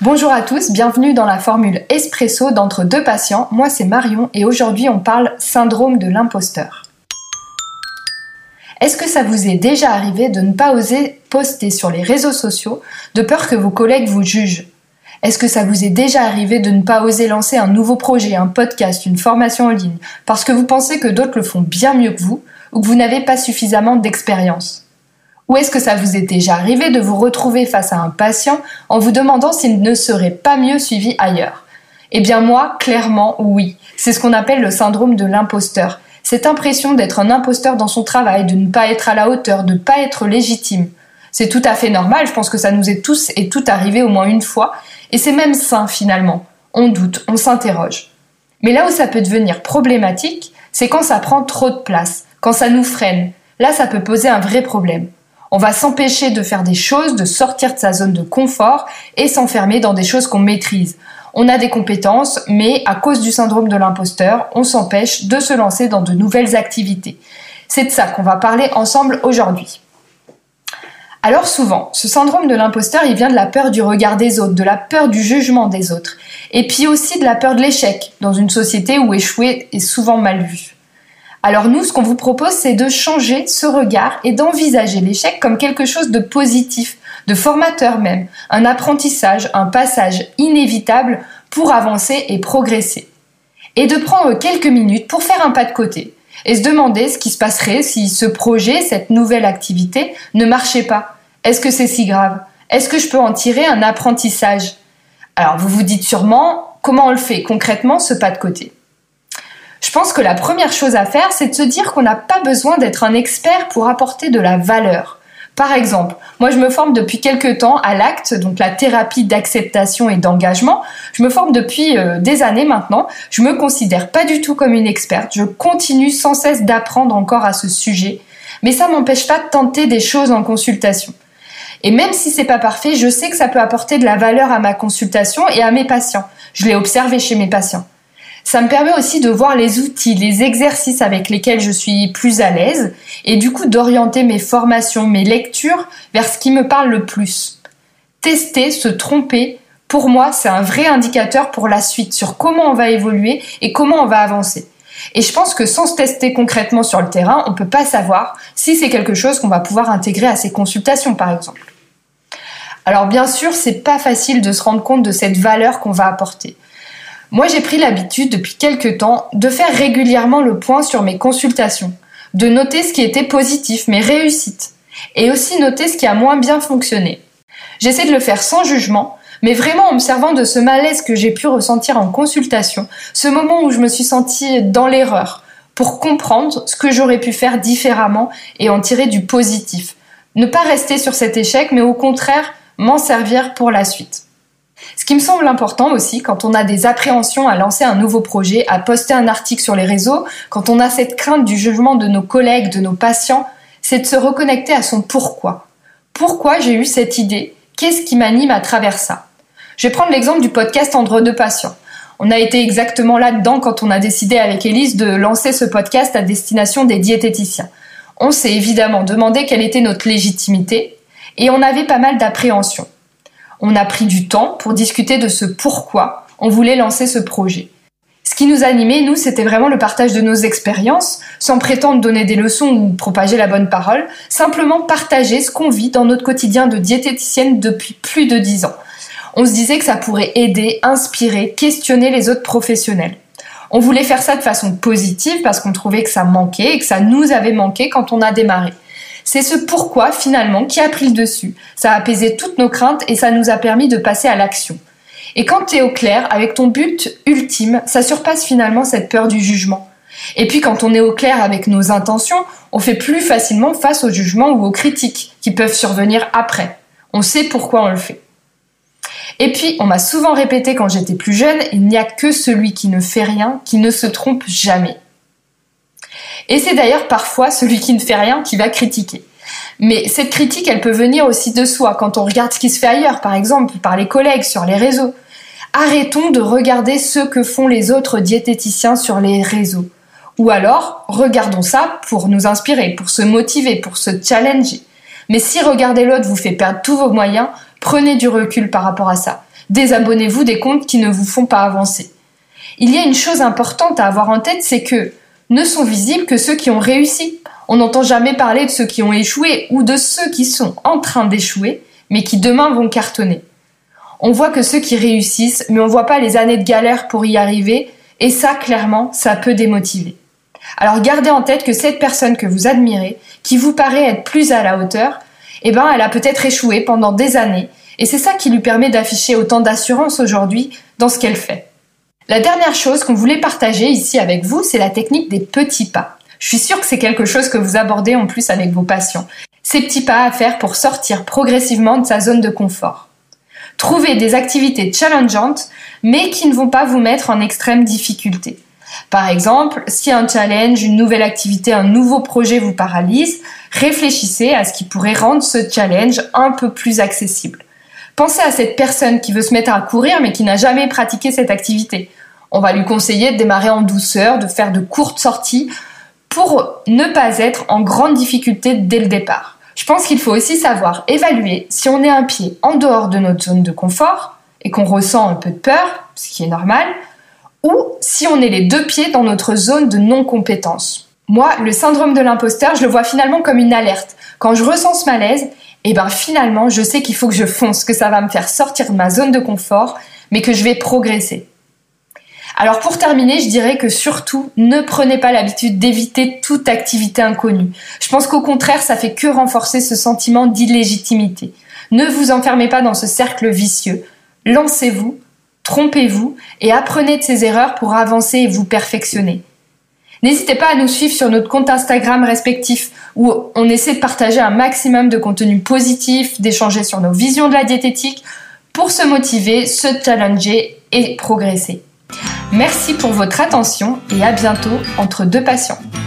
Bonjour à tous, bienvenue dans la formule Espresso d'entre deux patients. Moi c'est Marion et aujourd'hui on parle syndrome de l'imposteur. Est-ce que ça vous est déjà arrivé de ne pas oser poster sur les réseaux sociaux de peur que vos collègues vous jugent ? Est-ce que ça vous est déjà arrivé de ne pas oser lancer un nouveau projet, un podcast, une formation en ligne parce que vous pensez que d'autres le font bien mieux que vous ou que vous n'avez pas suffisamment d'expérience ? Ou est-ce que ça vous est déjà arrivé de vous retrouver face à un patient en vous demandant s'il ne serait pas mieux suivi ailleurs ? Eh bien moi, clairement, oui. C'est ce qu'on appelle le syndrome de l'imposteur. Cette impression d'être un imposteur dans son travail, de ne pas être à la hauteur, de ne pas être légitime. C'est tout à fait normal, je pense que ça nous est tous et toutes arrivé au moins une fois, et c'est même sain finalement. On doute, on s'interroge. Mais là où ça peut devenir problématique, c'est quand ça prend trop de place, quand ça nous freine. Là, ça peut poser un vrai problème. On va s'empêcher de faire des choses, de sortir de sa zone de confort et s'enfermer dans des choses qu'on maîtrise. On a des compétences, mais à cause du syndrome de l'imposteur, on s'empêche de se lancer dans de nouvelles activités. C'est de ça qu'on va parler ensemble aujourd'hui. Alors souvent, ce syndrome de l'imposteur, il vient de la peur du regard des autres, de la peur du jugement des autres, et puis aussi de la peur de l'échec, dans une société où échouer est souvent mal vu. Alors nous, ce qu'on vous propose, c'est de changer ce regard et d'envisager l'échec comme quelque chose de positif, de formateur même, un apprentissage, un passage inévitable pour avancer et progresser. Et de prendre quelques minutes pour faire un pas de côté et se demander ce qui se passerait si ce projet, cette nouvelle activité ne marchait pas. Est-ce que c'est si grave ? Est-ce que je peux en tirer un apprentissage ? Alors vous vous dites sûrement, comment on le fait concrètement ce pas de côté ? Je pense que la première chose à faire, c'est de se dire qu'on n'a pas besoin d'être un expert pour apporter de la valeur. Par exemple, moi je me forme depuis quelques temps à l'ACT, donc la thérapie d'acceptation et d'engagement. Je me forme depuis des années maintenant. Je me considère pas du tout comme une experte. Je continue sans cesse d'apprendre encore à ce sujet. Mais ça m'empêche pas de tenter des choses en consultation. Et même si c'est pas parfait, je sais que ça peut apporter de la valeur à ma consultation et à mes patients. Je l'ai observé chez mes patients. Ça me permet aussi de voir les outils, les exercices avec lesquels je suis plus à l'aise et du coup d'orienter mes formations, mes lectures vers ce qui me parle le plus. Tester, se tromper, pour moi, c'est un vrai indicateur pour la suite sur comment on va évoluer et comment on va avancer. Et je pense que sans se tester concrètement sur le terrain, on ne peut pas savoir si c'est quelque chose qu'on va pouvoir intégrer à ses consultations, par exemple. Alors bien sûr, c'est pas facile de se rendre compte de cette valeur qu'on va apporter. Moi, j'ai pris l'habitude depuis quelques temps de faire régulièrement le point sur mes consultations, de noter ce qui était positif, mes réussites, et aussi noter ce qui a moins bien fonctionné. J'essaie de le faire sans jugement, mais vraiment en me servant de ce malaise que j'ai pu ressentir en consultation, ce moment où je me suis sentie dans l'erreur, pour comprendre ce que j'aurais pu faire différemment et en tirer du positif. Ne pas rester sur cet échec, mais au contraire, m'en servir pour la suite. Ce qui me semble important aussi, quand on a des appréhensions à lancer un nouveau projet, à poster un article sur les réseaux, quand on a cette crainte du jugement de nos collègues, de nos patients, c'est de se reconnecter à son pourquoi. Pourquoi j'ai eu cette idée ? Qu'est-ce qui m'anime à travers ça ? Je vais prendre l'exemple du podcast Entre deux patients. On a été exactement là-dedans quand on a décidé avec Élise de lancer ce podcast à destination des diététiciens. On s'est évidemment demandé quelle était notre légitimité et on avait pas mal d'appréhensions. On a pris du temps pour discuter de ce pourquoi on voulait lancer ce projet. Ce qui nous animait, nous, c'était vraiment le partage de nos expériences, sans prétendre donner des leçons ou propager la bonne parole, simplement partager ce qu'on vit dans notre quotidien de diététicienne depuis plus de 10 ans. On se disait que ça pourrait aider, inspirer, questionner les autres professionnels. On voulait faire ça de façon positive parce qu'on trouvait que ça manquait et que ça nous avait manqué quand on a démarré. C'est ce pourquoi, finalement, qui a pris le dessus. Ça a apaisé toutes nos craintes et ça nous a permis de passer à l'action. Et quand tu es au clair avec ton but ultime, ça surpasse finalement cette peur du jugement. Et puis quand on est au clair avec nos intentions, on fait plus facilement face aux jugements ou aux critiques qui peuvent survenir après. On sait pourquoi on le fait. Et puis, on m'a souvent répété quand j'étais plus jeune, il n'y a que celui qui ne fait rien, qui ne se trompe jamais. Et c'est d'ailleurs parfois celui qui ne fait rien qui va critiquer. Mais cette critique, elle peut venir aussi de soi, quand on regarde ce qui se fait ailleurs, par exemple par les collègues sur les réseaux. Arrêtons de regarder ce que font les autres diététiciens sur les réseaux. Ou alors, regardons ça pour nous inspirer, pour se motiver, pour se challenger. Mais si regarder l'autre vous fait perdre tous vos moyens, prenez du recul par rapport à ça. Désabonnez-vous des comptes qui ne vous font pas avancer. Il y a une chose importante à avoir en tête, c'est que ne sont visibles que ceux qui ont réussi. On n'entend jamais parler de ceux qui ont échoué ou de ceux qui sont en train d'échouer, mais qui demain vont cartonner. On voit que ceux qui réussissent, mais on voit pas les années de galère pour y arriver, et ça, clairement, ça peut démotiver. Alors gardez en tête que cette personne que vous admirez, qui vous paraît être plus à la hauteur, elle a peut-être échoué pendant des années, et c'est ça qui lui permet d'afficher autant d'assurance aujourd'hui dans ce qu'elle fait. La dernière chose qu'on voulait partager ici avec vous, c'est la technique des petits pas. Je suis sûre que c'est quelque chose que vous abordez en plus avec vos patients. Ces petits pas à faire pour sortir progressivement de sa zone de confort. Trouvez des activités challengeantes, mais qui ne vont pas vous mettre en extrême difficulté. Par exemple, si un challenge, une nouvelle activité, un nouveau projet vous paralyse, réfléchissez à ce qui pourrait rendre ce challenge un peu plus accessible. Pensez à cette personne qui veut se mettre à courir mais qui n'a jamais pratiqué cette activité. On va lui conseiller de démarrer en douceur, de faire de courtes sorties pour ne pas être en grande difficulté dès le départ. Je pense qu'il faut aussi savoir évaluer si on est un pied en dehors de notre zone de confort et qu'on ressent un peu de peur, ce qui est normal, ou si on est les deux pieds dans notre zone de non-compétence. Moi, le syndrome de l'imposteur, je le vois finalement comme une alerte. Quand je ressens ce malaise, finalement, je sais qu'il faut que je fonce, que ça va me faire sortir de ma zone de confort, mais que je vais progresser. Alors pour terminer, je dirais que surtout, ne prenez pas l'habitude d'éviter toute activité inconnue. Je pense qu'au contraire, ça fait que renforcer ce sentiment d'illégitimité. Ne vous enfermez pas dans ce cercle vicieux. Lancez-vous, trompez-vous et apprenez de ces erreurs pour avancer et vous perfectionner. N'hésitez pas à nous suivre sur notre compte Instagram respectif où on essaie de partager un maximum de contenu positif, d'échanger sur nos visions de la diététique pour se motiver, se challenger et progresser. Merci pour votre attention et à bientôt entre deux patients.